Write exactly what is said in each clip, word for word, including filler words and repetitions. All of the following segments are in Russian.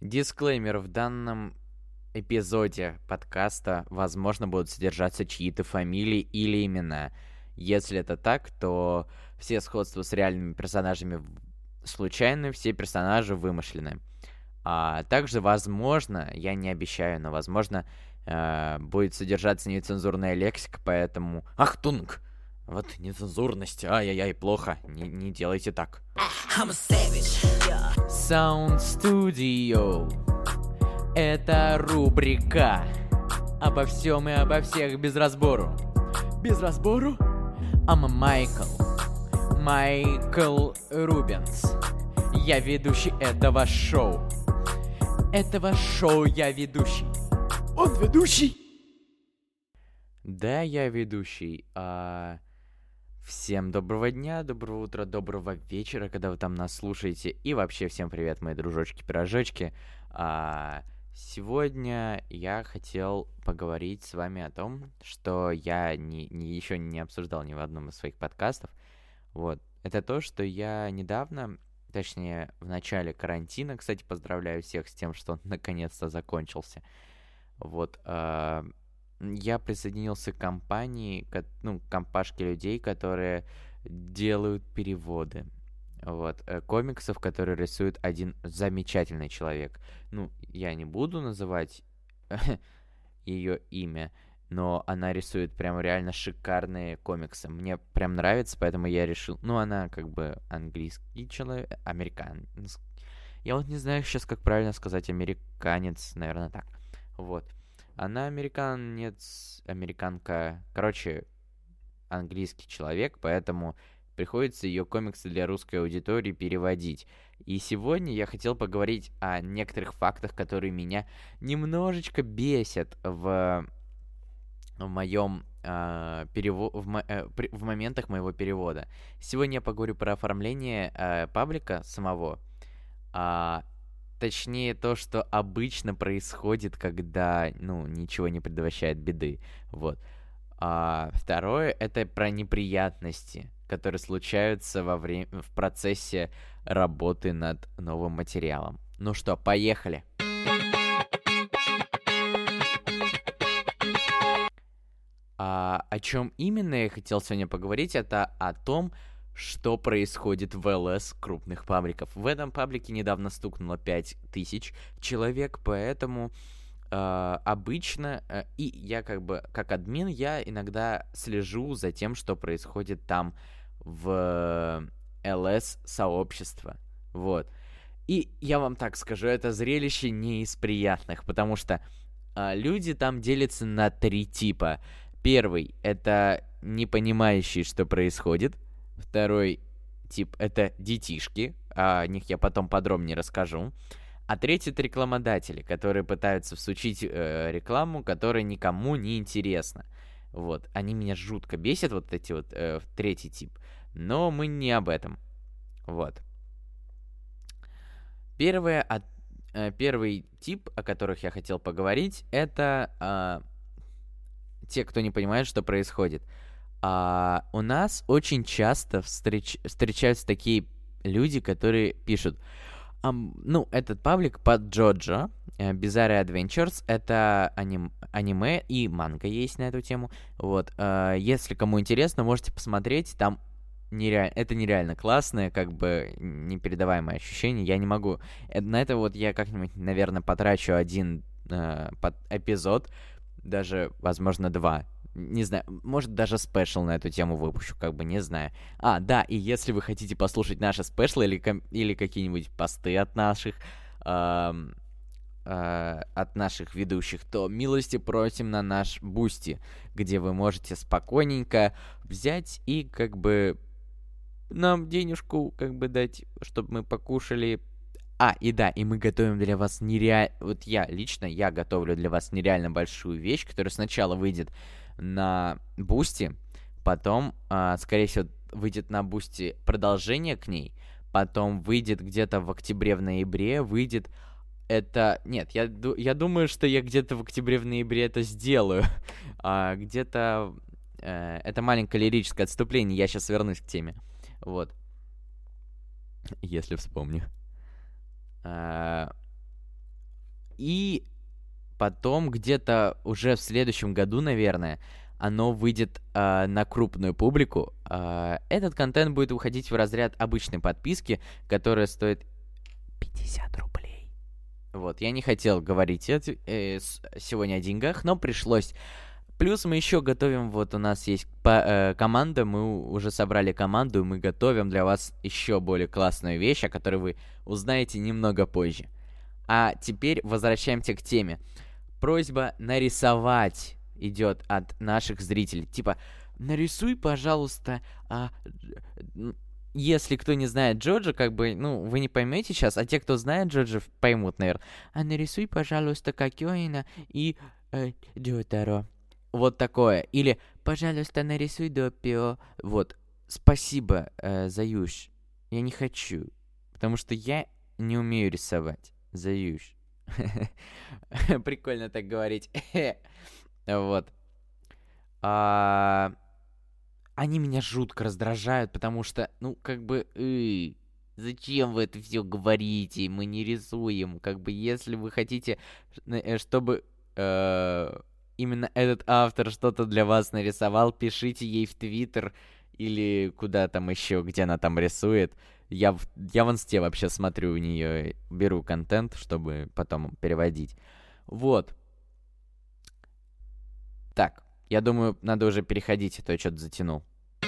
Дисклеймер: в данном эпизоде подкаста, возможно, будут содержаться чьи-то фамилии или имена. Если это так, то все сходства с реальными персонажами в- случайны, все персонажи вымышлены. А также, возможно, я не обещаю, но, возможно, э, будет содержаться нецензурная лексика, поэтому... Ахтунг! Вот нецензурность, ай-яй-яй, плохо, не, не делайте так. I'm a savage. Yeah. Sound Studio. Это рубрика обо всем и обо всех без разбору. Без разбору? I'm Майкл. Майкл Рубенс. Я ведущий этого шоу. Этого шоу я ведущий. Он ведущий? Да, я ведущий. А... Всем доброго дня, доброго утра, доброго вечера, когда вы там нас слушаете. И вообще всем привет, мои дружочки-пирожочки. А... Сегодня я хотел поговорить с вами о том, что я не, не, еще не обсуждал ни в одном из своих подкастов. Вот. Это то, что я недавно, точнее, в начале карантина, кстати, поздравляю всех с тем, что он наконец-то закончился. Вот. Э, я присоединился к компании, ко- ну, к компашке людей, которые делают переводы. Вот, э, комиксов, которые рисует один замечательный человек. Ну, я не буду называть ее имя, но она рисует прям реально шикарные комиксы. Мне прям нравится, поэтому я решил... Ну, она как бы английский человек, американ. Я вот не знаю сейчас, как правильно сказать американец, наверное, так. Вот. Она американец, американка, короче, английский человек, поэтому приходится ее комиксы для русской аудитории переводить. И сегодня я хотел поговорить о некоторых фактах, которые меня немножечко бесят в, в моем э, перево... в, мо... э, при... в моментах моего перевода. Сегодня я поговорю про оформление э, паблика самого. А, точнее, то, что обычно происходит, когда, ну, ничего не предвещает беды. Вот. А второе — это про неприятности, которые случаются во время, в процессе работы над новым материалом. Ну что, поехали! А о чем именно я хотел сегодня поговорить, это о том, что происходит в ЛС крупных пабликов. В этом паблике недавно стукнуло пять тысяч человек, поэтому... Uh, обычно, uh, и я как бы, как админ, я иногда слежу за тем, что происходит там в ЛС-сообщество, вот. И я вам так скажу, это зрелище не из приятных, потому что uh, люди там делятся на три типа. Первый — это не понимающие, что происходит. Второй тип — это детишки, о них я потом подробнее расскажу. А третий — это рекламодатели, которые пытаются всучить э, рекламу, которая никому не интересна. Вот, они меня жутко бесят, вот эти вот, э, третий тип. Но мы не об этом. Вот. Первое, от, э, первый тип, о которых я хотел поговорить, это э, те, кто не понимает, что происходит. А, у нас очень часто встреч, встречаются такие люди, которые пишут... Um, ну, этот паблик под Джоджо, uh, Bizarre Adventures, это аним- аниме и манга есть на эту тему. Вот, uh, если кому интересно, можете посмотреть, там нереаль... это нереально классное, как бы непередаваемое ощущение. Я не могу... На это вот я как-нибудь, наверное, потрачу один uh, под эпизод, даже, возможно, два. Не знаю, может, даже спешл на эту тему выпущу, как бы, не знаю. А, да, и если вы хотите послушать наши спешлы или, ком- или какие-нибудь посты от наших, эм, э, от наших ведущих, то милости просим на наш Бусти, где вы можете спокойненько взять и, как бы, нам денежку, как бы, дать, чтобы мы покушали. А, и да, и мы готовим для вас нереально... Вот я, лично, я готовлю для вас нереально большую вещь, которая сначала выйдет на Бусти, потом, а, скорее всего, выйдет на Бусти продолжение к ней, потом выйдет где-то в октябре, в ноябре, выйдет это... Нет, я, я думаю, что я где-то в октябре, в ноябре это сделаю, а, где-то... Э, это маленькое лирическое отступление, я сейчас вернусь к теме, вот, если вспомню. А, И потом где-то уже в следующем году, наверное, оно выйдет э, на крупную публику. Э, этот контент будет выходить в разряд обычной подписки, которая стоит пятьдесят рублей. Вот, я не хотел говорить это, э, сегодня о деньгах, но пришлось. Плюс мы еще готовим, вот у нас есть по, э, команда, мы уже собрали команду, и мы готовим для вас еще более классную вещь, о которой вы узнаете немного позже. А теперь возвращаемся к теме. Просьба нарисовать идет от наших зрителей. Типа, нарисуй, пожалуйста, а, если кто не знает Джоджо, как бы, ну, вы не поймете сейчас, а те, кто знает Джоджо, поймут, наверное. А нарисуй, пожалуйста, Кокёина и э, Джотаро. Вот такое. Или, пожалуйста, нарисуй Допио. Вот. Спасибо, э, Заюш. Я не хочу. Потому что я не умею рисовать. Заюш. Прикольно так говорить. Вот. А... Они меня жутко раздражают, потому что, ну, как бы, эй, зачем вы это все говорите? Мы не рисуем. Как бы, если вы хотите, чтобы э, именно этот автор что-то для вас нарисовал, пишите ей в Твиттер или куда там еще, где она там рисует. Я, я в инсте вообще смотрю у нее, беру контент, чтобы потом переводить. Вот. Так, я думаю, надо уже переходить, а то я что-то затянул.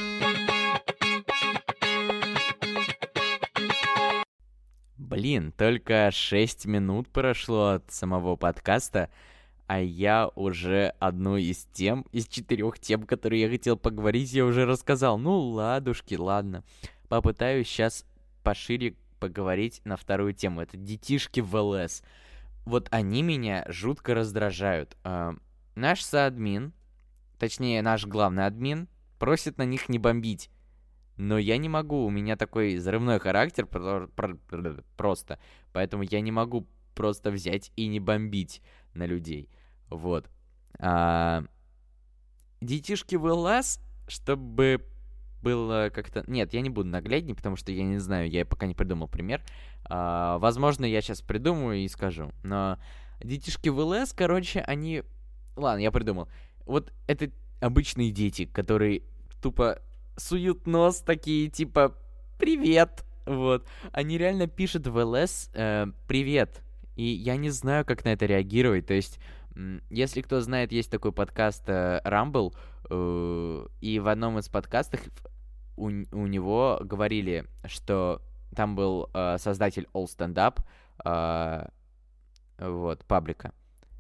Блин, только шесть минут прошло от самого подкаста, а я уже одну из тем, из четырех тем, которые я хотел поговорить, я уже рассказал. Ну, ладушки, ладно. Попытаюсь сейчас пошире поговорить на вторую тему. Это детишки в эл эс. Вот они меня жутко раздражают. Э, наш соадмин, точнее, наш главный админ, просит на них не бомбить. Но я не могу, у меня такой взрывной характер просто. Поэтому я не могу просто взять и не бомбить на людей. Вот. А, детишки в эл эс, чтобы было как-то... Нет, я не буду наглядней, потому что я не знаю, я пока не придумал пример. А, возможно, я сейчас придумаю и скажу. Но детишки в эл эс, короче, они... Ладно, я придумал. Вот это обычные дети, которые тупо суют нос такие, типа, привет. Вот. Они реально пишут в эл эс э, привет. И я не знаю, как на это реагировать. То есть, если кто знает, есть такой подкаст э, Rumble, э, и в одном из подкастов у, у него говорили, что там был э, создатель All Stand Up, э, вот, паблика.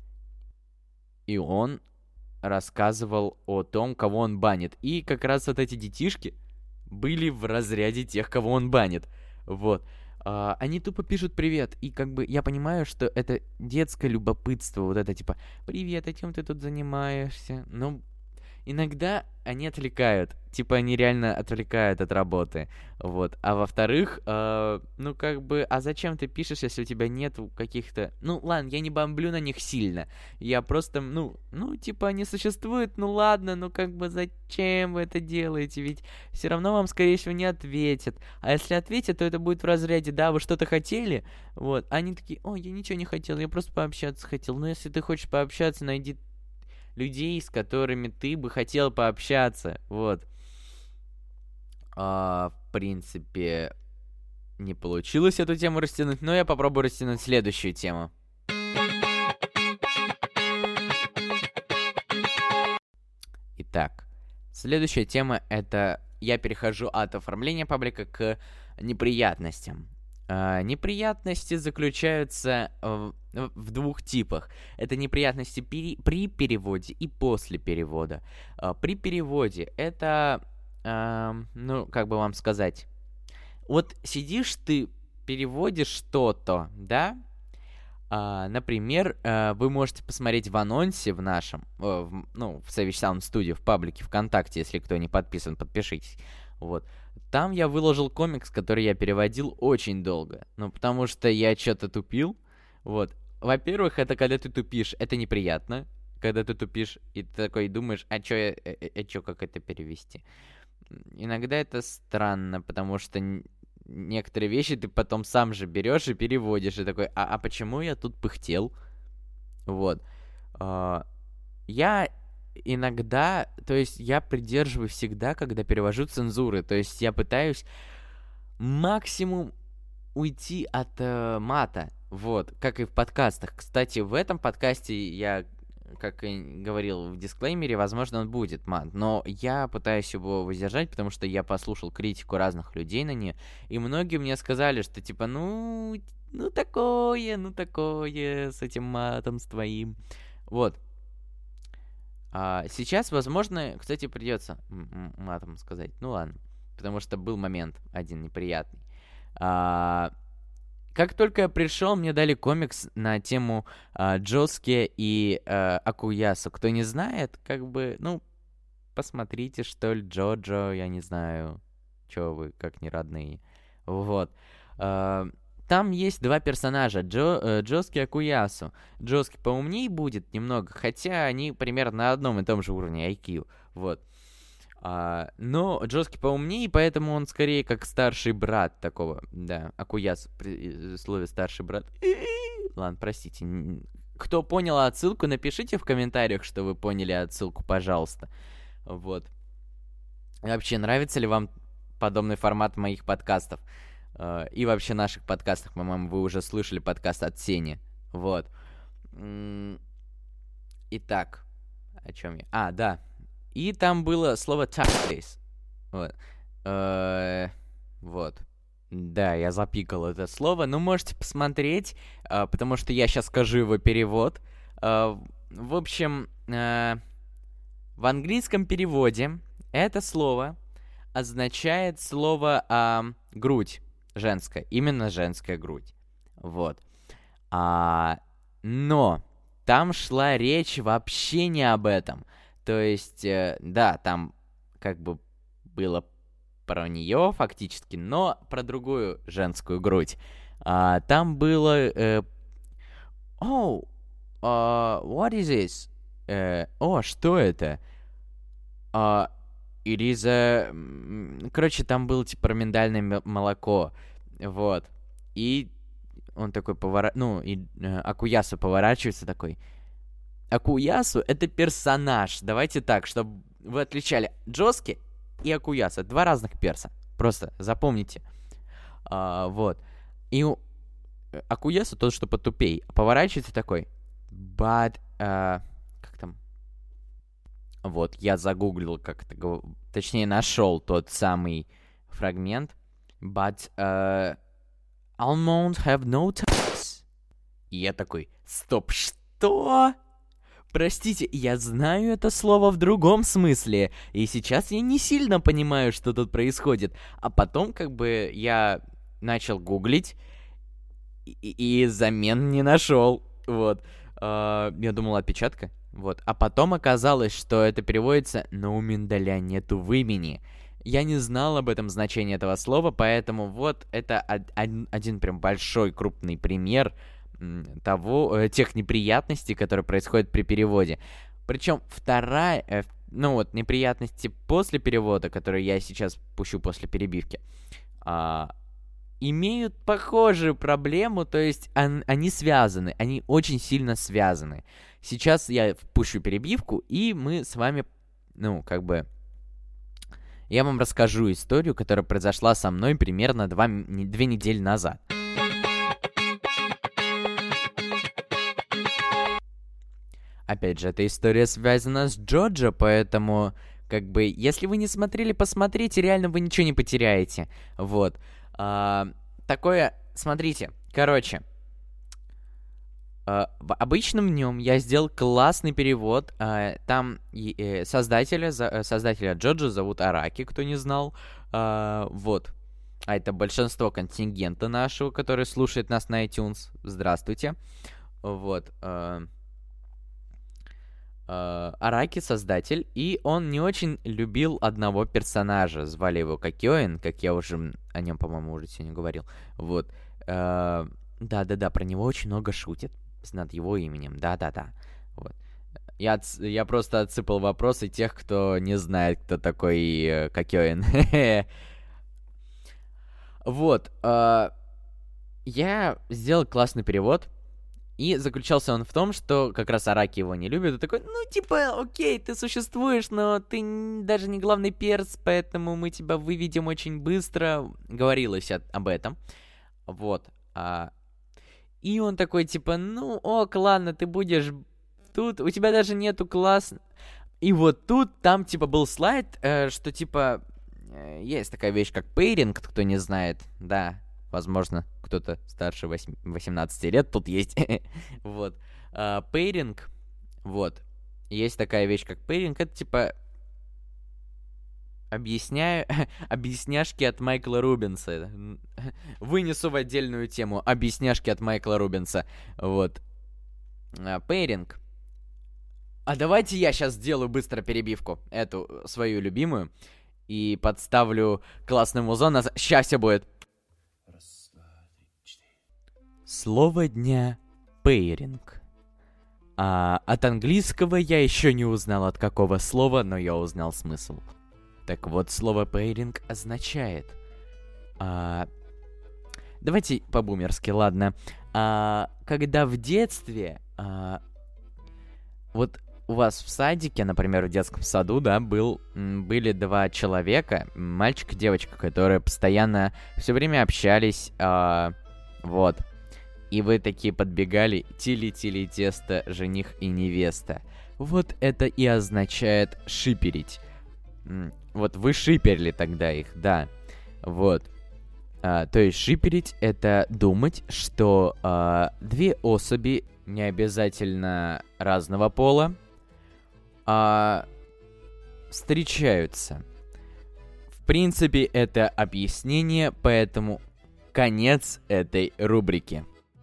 И он рассказывал о том, кого он банит. И как раз вот эти детишки были в разряде тех, кого он банит. Вот. Uh, они тупо пишут привет, и как бы я понимаю, что это детское любопытство, вот это типа привет, а чем ты тут занимаешься? Но иногда они отвлекают, типа они реально отвлекают от работы, вот. А во-вторых, uh, ну как бы, а зачем ты пишешь, если у тебя нет каких-то... Ну ладно, я не бомблю на них сильно, я просто, ну, ну типа они существуют, ну ладно, ну как бы зачем вы это делаете, ведь все равно вам, скорее всего, не ответят. А если ответят, то это будет в разряде, да, вы что-то хотели, вот. Они такие, ой, я ничего не хотел, я просто пообщаться хотел. Но если ты хочешь пообщаться, найди людей, с которыми ты бы хотел пообщаться, вот. А, в принципе, не получилось эту тему растянуть, но я попробую растянуть следующую тему. Итак, следующая тема — это я перехожу от оформления паблика к неприятностям. Uh, неприятности заключаются в, в двух типах. Это неприятности при, при переводе и после перевода. Uh, при переводе это, uh, ну, как бы вам сказать, вот сидишь ты, переводишь что-то, да? Uh, например, uh, вы можете посмотреть в анонсе в нашем, uh, в, ну, в Savage Sound Studio, в паблике ВКонтакте, если кто не подписан, подпишитесь. Вот. Там я выложил комикс, который я переводил очень долго. Ну, потому что я что-то тупил. Вот. Во-первых, это когда ты тупишь, это неприятно. Когда ты тупишь, и ты такой думаешь, а чё, я, а, а чё, как это перевести? Иногда это странно, потому что некоторые вещи ты потом сам же берешь и переводишь. И такой, а, а почему я тут пыхтел? Вот. А, я иногда, то есть я придерживаю всегда, когда перевожу цензуры, то есть я пытаюсь максимум уйти от э, мата, вот, как и в подкастах. Кстати, в этом подкасте я, как и говорил в дисклеймере, возможно, он будет мат, но я пытаюсь его воздержать, потому что я послушал критику разных людей на нее, и многие мне сказали, что типа, ну, ну такое, ну такое с этим матом, с твоим, вот. А сейчас, возможно, кстати, придется м- м- матом сказать, ну ладно, потому что был момент один неприятный. А, как только я пришел, мне дали комикс на тему а, Джоске и а, Акуясу. Кто не знает, как бы, ну, посмотрите, что ли, Джоджо, я не знаю, чё вы, как не родные. Вот. А, там есть два персонажа, Джо, э, Джоски и Акуясу. Джоски поумнее будет немного, хотя они примерно на одном и том же уровне ай кью. Вот. А, но Джоски поумнее, поэтому он скорее как старший брат такого, да, Акуяс, при слове старший брат. Ладно, простите. Кто понял отсылку, напишите в комментариях, что вы поняли отсылку, пожалуйста. Вот. И вообще, нравится ли вам подобный формат моих подкастов? И вообще наших подкастов, по-моему, вы уже слышали подкаст от Сени. Вот. Итак, о чем я? А, да. И там было слово taxes. Вот. Э-э- вот. Да, я запикал это слово. Ну, можете посмотреть, э- потому что я сейчас скажу его перевод. Э- в общем, э- в английском переводе это слово означает слово э- грудь женская. Именно женская грудь. Вот. А- но там шла речь вообще не об этом. То есть, э, да, там как бы было про нее фактически, но про другую женскую грудь. А, там было... Э, oh, uh, what is this? Э, О, что это? Uh, it is a... Короче, там было типа про миндальное молоко. Вот. И он такой поворачивается... Ну, и э, Акуясу поворачивается такой... Акуясу — это персонаж. Давайте так, чтобы вы отличали Джоски и Акуясу. Два разных перса. Просто запомните. А, вот. И у Акуясу тот, что потупей, поворачивается такой. But... Uh, как там? Вот, я загуглил, как это... Точнее, нашел тот самый фрагмент. But... Uh, almonds have no taste. И я такой, стоп, что? Простите, я знаю это слово в другом смысле, и сейчас я не сильно понимаю, что тут происходит. А потом, как бы, я начал гуглить, и, и замен не нашел. Вот. Uh, я думал, опечатка. Вот. А потом оказалось, что это переводится «но у миндаля нету вымени». Я не знал об этом значении этого слова, поэтому вот это один, один прям большой крупный пример того, тех неприятностей, которые происходят при переводе. Причем вторая, ну вот, неприятности после перевода, которые я сейчас пущу после перебивки, а, имеют похожую проблему, то есть он, они связаны, они очень сильно связаны. Сейчас я пущу перебивку, и мы с вами, ну, как бы, я вам расскажу историю, которая произошла со мной примерно два, две недели назад. Опять же, эта история связана с Джоджо, поэтому, как бы, если вы не смотрели, посмотрите, реально вы ничего не потеряете. Вот. А, такое, смотрите, короче, а, в обычном днем я сделал классный перевод. А, там э, создателя, за, создателя Джоджо зовут Араки, кто не знал. А, вот. А это большинство контингента нашего, который слушает нас на iTunes. Здравствуйте. Вот. А, Араки создатель, и он не очень любил одного персонажа. Звали его Кокёин, как я уже о нем, по-моему, уже сегодня говорил. Вот. Да-да-да, про него очень много шутят над его именем. Да-да-да. Вот. Я, отс... я просто отсыпал вопросы тех, кто не знает, кто такой э, Кокёин. Вот. Я сделал классный перевод. И заключался он в том, что как раз Араки его не любит. И такой, ну, типа, окей, ты существуешь, но ты н- даже не главный перс, поэтому мы тебя выведем очень быстро. Говорилось от- об этом. Вот. А, и он такой, типа, ну, ок, ладно, ты будешь тут, у тебя даже нету класс. И вот тут там, типа, был слайд, э, что, типа, э, есть такая вещь, как пейринг, кто не знает, да. Возможно, кто-то старше восемнадцати лет тут есть. Вот. Пейринг. Вот. Есть такая вещь, как пейринг. Это типа... Объясняю... Объясняшки от Майкла Рубинса. Вынесу в отдельную тему. Объясняшки от Майкла Рубинса. Вот. Пейринг. А давайте я сейчас сделаю быстро перебивку. Эту свою любимую. И подставлю классный музон. Сейчас все будет. Слово дня — пейринг. А от английского я еще не узнал от какого слова, но я узнал смысл. Так вот, слово пейринг означает... А, давайте по-бумерски, ладно. А, когда в детстве... А, вот у вас в садике, например, в детском саду, да, был, были два человека, мальчик и девочка, которые постоянно все время общались, а, вот. И вы такие подбегали, тили-тили тесто, жених и невеста. Вот это и означает шиперить. Вот вы шиперили тогда их, да. Вот. А, то есть шиперить — это думать, что а, две особи, не обязательно разного пола, а, встречаются. В принципе, это объяснение, поэтому конец этой рубрики.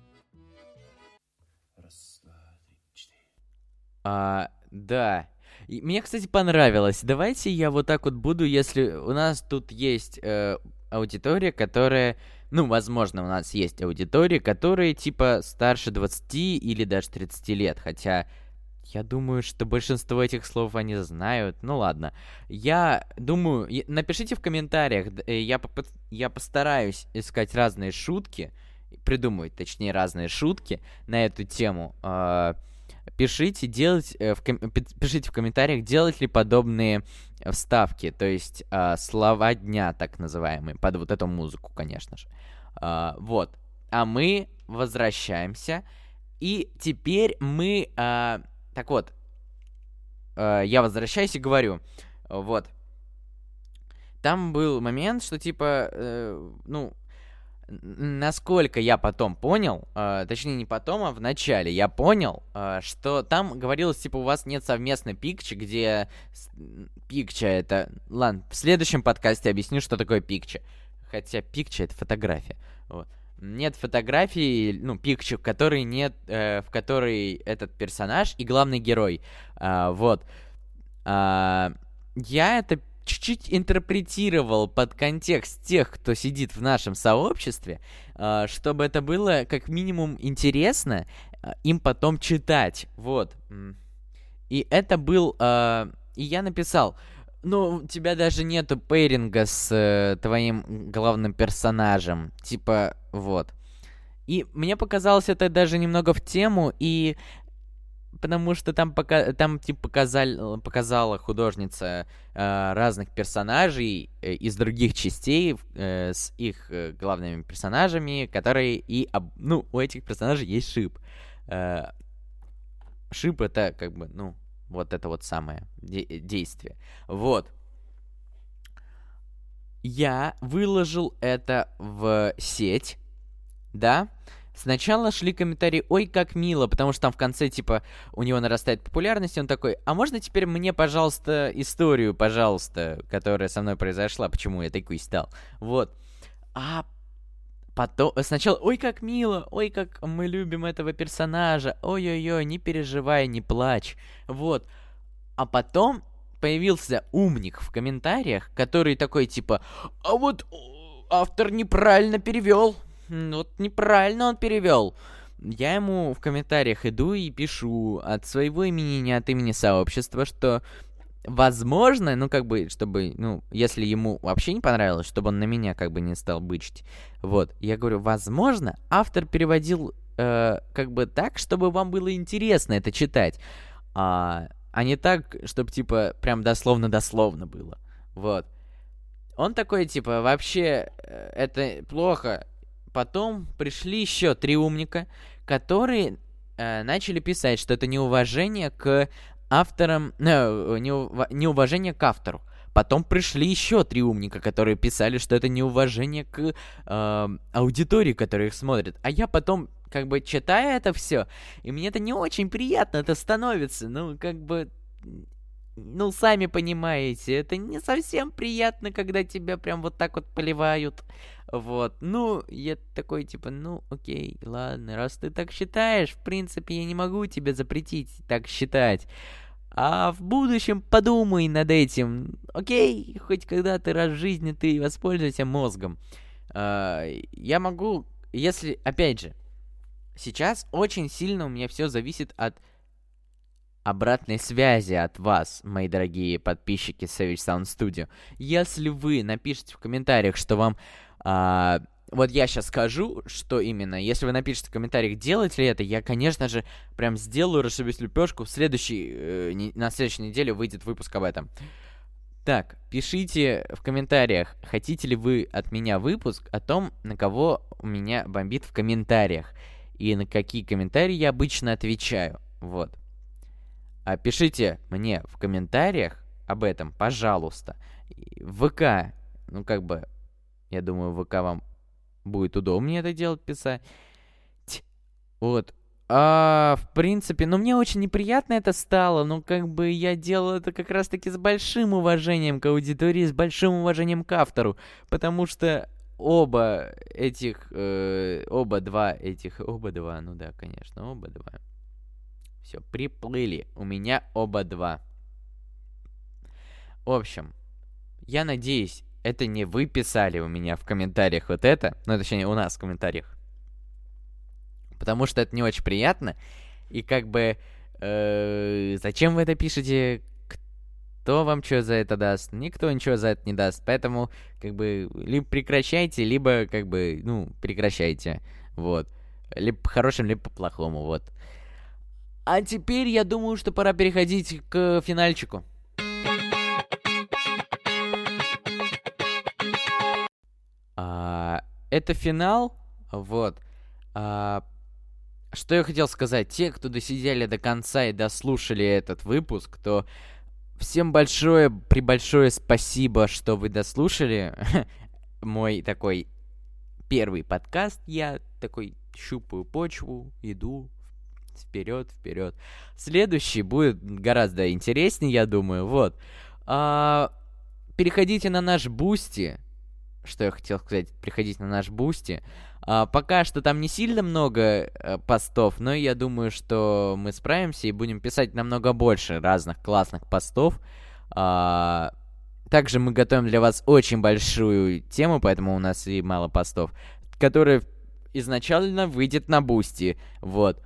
А, да. И мне, кстати, понравилось. Давайте я вот так вот буду, если у нас тут есть э, аудитория, которая... Ну, возможно, у нас есть аудитория, которая типа старше двадцати или даже тридцати лет. Хотя я думаю, что большинство этих слов они знают. Ну ладно. Я думаю... Напишите в комментариях. Я, поп- я постараюсь искать разные шутки. Придумывать, точнее, разные шутки на эту тему. Э, Пишите, делать, э, в ком- пишите в комментариях, делать ли подобные вставки, то есть э, слова дня, так называемые, под вот эту музыку, конечно же. Э, вот. А мы возвращаемся, и теперь мы... Э, так вот, э, я возвращаюсь и говорю, вот. Там был момент, что типа, э, ну... Насколько я потом понял, э, точнее не потом, а в начале я понял, э, что там говорилось, типа, у вас нет совместной пикчи, где... Пикча это... Ладно, в следующем подкасте объясню, что такое пикча. Хотя пикча — это фотография. Вот. Нет фотографии, ну, пикчу, в которой нет... Э, в которой этот персонаж и главный герой. Э, вот. Э, я это... чуть-чуть интерпретировал под контекст тех, кто сидит в нашем сообществе, чтобы это было как минимум интересно им потом читать, вот. И это был... И я написал, ну, у тебя даже нету пейринга с твоим главным персонажем, типа, вот. И мне показалось это даже немного в тему, и... Потому что там, пока, там типа, показали, показала художница э, разных персонажей э, из других частей э, с их э, главными персонажами, которые и... Об, ну, у этих персонажей есть шип. Э, шип — это, как бы, ну, вот это вот самое де- действие. Вот. Я выложил это в сеть, да? Сначала шли комментарии, ой, как мило, потому что там в конце, типа, у него нарастает популярность, и он такой, а можно теперь мне, пожалуйста, историю, пожалуйста, которая со мной произошла, почему я такой стал, вот. А потом, сначала, ой, как мило, ой, как мы любим этого персонажа, ой-ой-ой, не переживай, не плачь, вот. А потом появился умник в комментариях, который такой, типа, а вот автор неправильно перевел. Вот неправильно он перевел. Я ему в комментариях иду и пишу от своего имени, не от имени сообщества, что возможно, ну как бы, чтобы, ну, если ему вообще не понравилось, чтобы он на меня как бы не стал бычить. Вот, я говорю, возможно, автор переводил э, как бы так, чтобы вам было интересно это читать, а, а не так, чтобы, типа, прям дословно-дословно было. Вот. Он такой, типа, вообще, э, это плохо. Потом пришли еще три умника, которые э, начали писать, что это неуважение к авторам, э, неув... неуважение к автору. Потом пришли еще три умника, которые писали, что это неуважение к э, аудитории, которая их смотрит. А я потом, как бы, читаю это все, и мне это не очень приятно это становится. Ну, как бы, ну, сами понимаете, это не совсем приятно, когда тебя прям вот так вот поливают. Вот, ну, я такой, типа, ну, окей, ладно, раз ты так считаешь, в принципе, я не могу тебе запретить так считать. А в будущем подумай над этим, окей? Хоть когда-то раз в жизни ты воспользуйся мозгом. А, я могу, если, опять же, сейчас очень сильно у меня все зависит от обратной связи от вас, мои дорогие подписчики Savage Sound Studio. Если вы напишите в комментариях, что вам... А, вот я сейчас скажу, что именно. Если вы напишите в комментариях, делать ли это, я, конечно же, прям сделаю, расшибись лепешку. В следующей, э, не, на следующей неделе выйдет выпуск об этом. Так, пишите в комментариях, хотите ли вы от меня выпуск о том, на кого у меня бомбит в комментариях. И на какие комментарии я обычно отвечаю. Вот. А пишите мне в комментариях об этом, пожалуйста. В ВК, ну как бы, я думаю, в ВК вам будет удобнее это делать, писать. Вот. А, в принципе, ну мне очень неприятно это стало, но как бы я делал это как раз-таки с большим уважением к аудитории, с большим уважением к автору, потому что оба этих, э, оба два этих, оба два, ну да, конечно, оба два. Все, приплыли. У меня оба два. В общем, я надеюсь, это не вы писали у меня в комментариях вот это. Ну, точнее, у нас в комментариях. Потому что это не очень приятно. И как бы... Э, зачем вы это пишете? Кто вам что за это даст? Никто ничего за это не даст. Поэтому, как бы, либо прекращайте, либо, как бы, ну, прекращайте. Вот. Либо по-хорошему, либо по-плохому, вот. А теперь я думаю, что пора переходить к финальчику. А, это финал, вот. А, что я хотел сказать, те, кто досидели до конца и дослушали этот выпуск, то всем большое, пребольшое спасибо, что вы дослушали мой такой первый подкаст. Я такой щупаю почву, иду вперед, вперед. Следующий будет гораздо интереснее, я думаю. Вот. А, переходите на наш Бусти. Что я хотел сказать? Приходите на наш Бусти. А, пока что там не сильно много а, постов, но я думаю, что мы справимся и будем писать намного больше разных классных постов. А, также мы готовим для вас очень большую тему, поэтому у нас и мало постов, которая изначально выйдет на Бусти. Вот.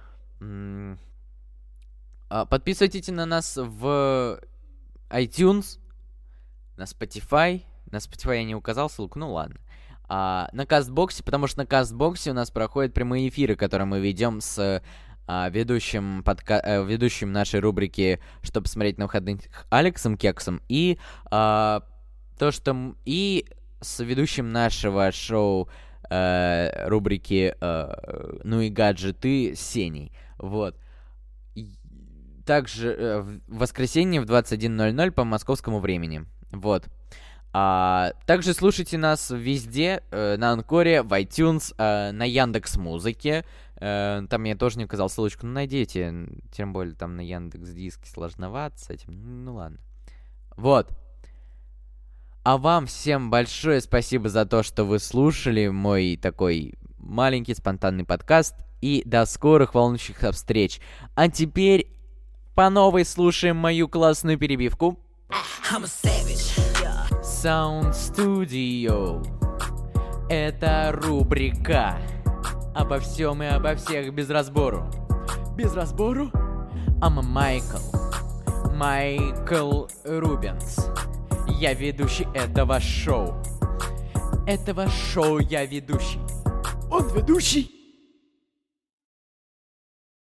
Подписывайтесь на нас в iTunes, на Spotify. На Spotify я не указал ссылку, ну ладно. А, на Кастбоксе, потому что на Кастбоксе у нас проходят прямые эфиры, которые мы ведем с а, ведущим, подка... а, ведущим нашей рубрики «Что посмотреть на выходных» Алексом Кексом. И а, то, что... И с ведущим нашего шоу а, рубрики а, «Ну и гаджеты» Сеней. Вот. Также э, в воскресенье в двадцать один ноль ноль по московскому времени. Вот. А, также слушайте нас везде, э, на Анкоре, в iTunes, э, на Яндекс.Музыке. Э, там я тоже не указал ссылочку, но найдите. Тем более там на Яндекс.Диске сложновато с этим. Ну ладно. Вот. А вам всем большое спасибо за то, что вы слушали мой такой маленький спонтанный подкаст. И до скорых волнующих встреч. А теперь по новой слушаем мою классную перебивку. I'm a savage. Yeah. Sound Studio. Это рубрика обо всем и обо всех без разбору. Без разбору? I'm Майкл. Майкл Рубенс. Я ведущий этого шоу. Этого шоу я ведущий. Он ведущий?